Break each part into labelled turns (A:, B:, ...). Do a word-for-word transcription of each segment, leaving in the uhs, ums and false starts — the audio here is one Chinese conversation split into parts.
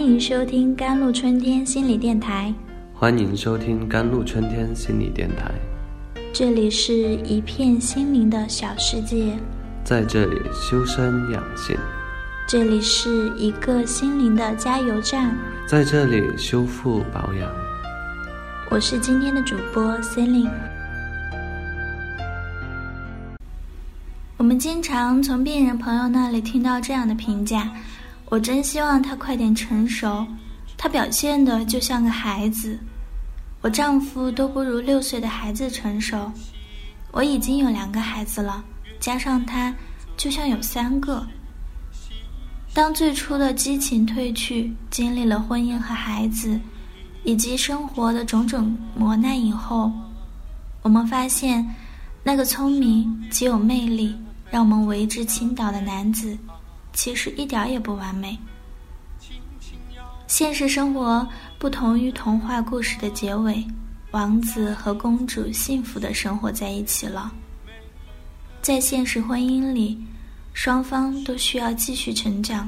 A: 欢迎收听甘露春天心理电台。
B: 欢迎收听甘露春天心理电台。
A: 这里是一片心灵的小世界，
B: 在这里修身养性。
A: 这里是一个心灵的加油站，
B: 在这里修复保养。
A: 我是今天的主播 Celine。 我们经常从病人朋友那里听到这样的评价：我真希望他快点成熟，他表现的就像个孩子。我丈夫都不如六岁的孩子成熟，我已经有两个孩子了，加上他就像有三个。当最初的激情褪去，经历了婚姻和孩子以及生活的种种磨难以后，我们发现那个聪明极有魅力让我们为之倾倒的男子其实一点也不完美。现实生活不同于童话故事的结尾，王子和公主幸福地生活在一起了。在现实婚姻里，双方都需要继续成长。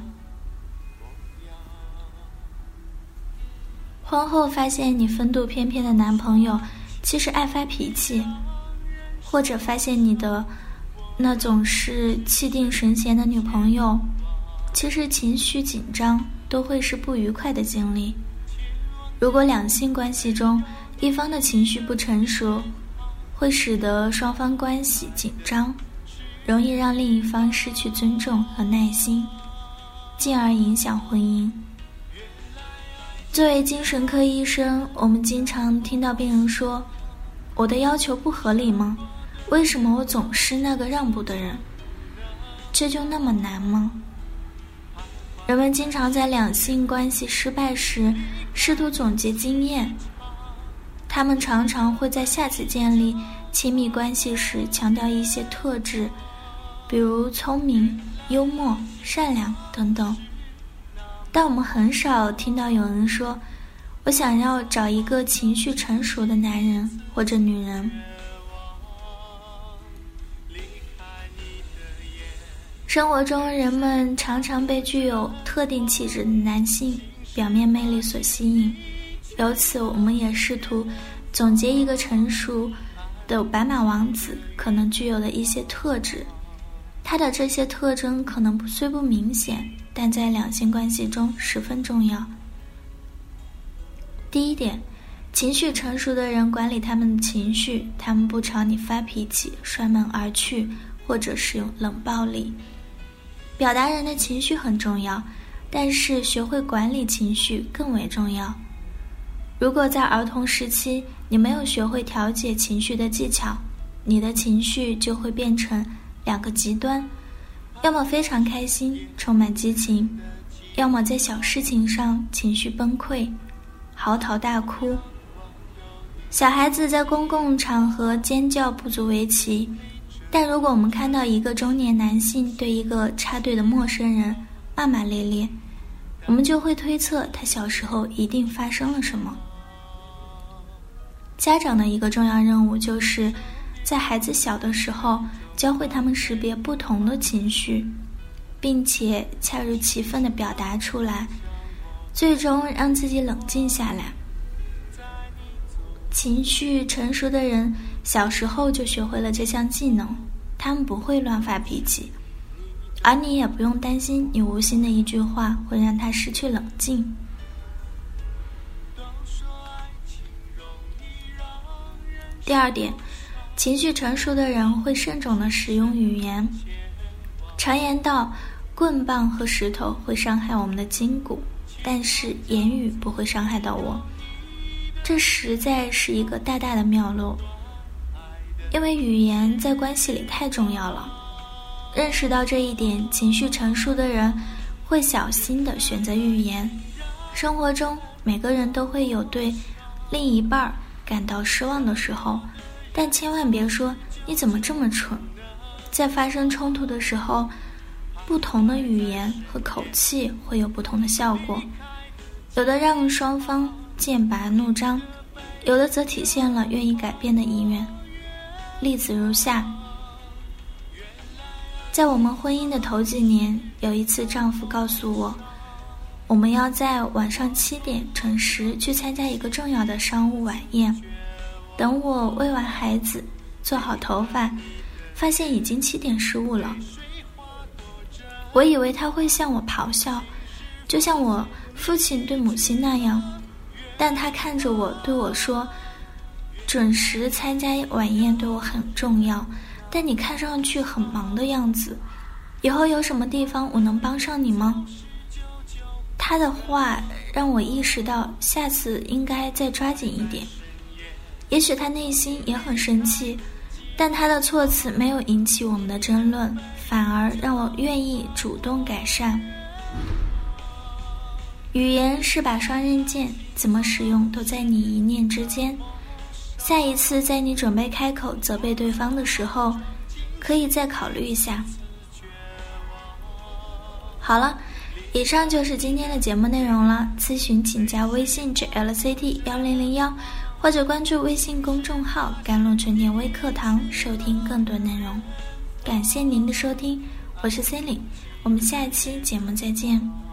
A: 婚后发现你风度翩翩的男朋友其实爱发脾气，或者发现你的那总是气定神闲的女朋友其实情绪紧张，都会是不愉快的经历。如果两性关系中一方的情绪不成熟，会使得双方关系紧张，容易让另一方失去尊重和耐心，进而影响婚姻。作为精神科医生，我们经常听到病人说：我的要求不合理吗？为什么我总是那个让步的人？这就那么难吗？人们经常在两性关系失败时试图总结经验，他们常常会在下次建立亲密关系时强调一些特质，比如聪明、幽默、善良等等。但我们很少听到有人说：我想要找一个情绪成熟的男人或者女人。生活中，人们常常被具有特定气质的男性表面魅力所吸引，由此我们也试图总结一个成熟的白马王子可能具有的一些特质。他的这些特征可能虽不明显，但在两性关系中十分重要。第一点，情绪成熟的人管理他们的情绪，他们不朝你发脾气、摔门而去，或者使用冷暴力。表达人的情绪很重要，但是学会管理情绪更为重要。如果在儿童时期你没有学会调节情绪的技巧，你的情绪就会变成两个极端，要么非常开心，充满激情，要么在小事情上情绪崩溃，嚎啕大哭。小孩子在公共场合尖叫不足为奇，但如果我们看到一个中年男性对一个插队的陌生人骂骂咧咧，我们就会推测他小时候一定发生了什么。家长的一个重要任务就是在孩子小的时候教会他们识别不同的情绪，并且恰如其分地表达出来，最终让自己冷静下来。情绪成熟的人小时候就学会了这项技能，他们不会乱发脾气，而你也不用担心你无心的一句话会让他失去冷静。第二点，情绪成熟的人会慎重地使用语言。常言道，棍棒和石头会伤害我们的筋骨，但是言语不会伤害到我。这实在是一个大大的妙论，因为语言在关系里太重要了。认识到这一点，情绪成熟的人会小心地选择语言。生活中每个人都会有对另一半感到失望的时候，但千万别说你怎么这么蠢。在发生冲突的时候，不同的语言和口气会有不同的效果，有的让双方剑拔弩张，有的则体现了愿意改变的意愿。例子如下：在我们婚姻的头几年，有一次丈夫告诉我，我我们要在晚上七点准时去参加一个重要的商务晚宴。等我喂完孩子，做好头发，发现已经七点十五了。我以为他会向我咆哮，就像我父亲对母亲那样，但他看着我对我说，准时参加晚宴对我很重要，但你看上去很忙的样子，以后有什么地方我能帮上你吗？他的话让我意识到下次应该再抓紧一点。也许他内心也很生气，但他的措辞没有引起我们的争论，反而让我愿意主动改善。语言是把双刃剑，怎么使用都在你一念之间。下一次在你准备开口责备对方的时候，可以再考虑一下。好了，以上就是今天的节目内容了。咨询请加微信 J L C T 一零零一，或者关注微信公众号甘露春天微课堂，收听更多内容。感谢您的收听，我是 Celine， 我们下一期节目再见。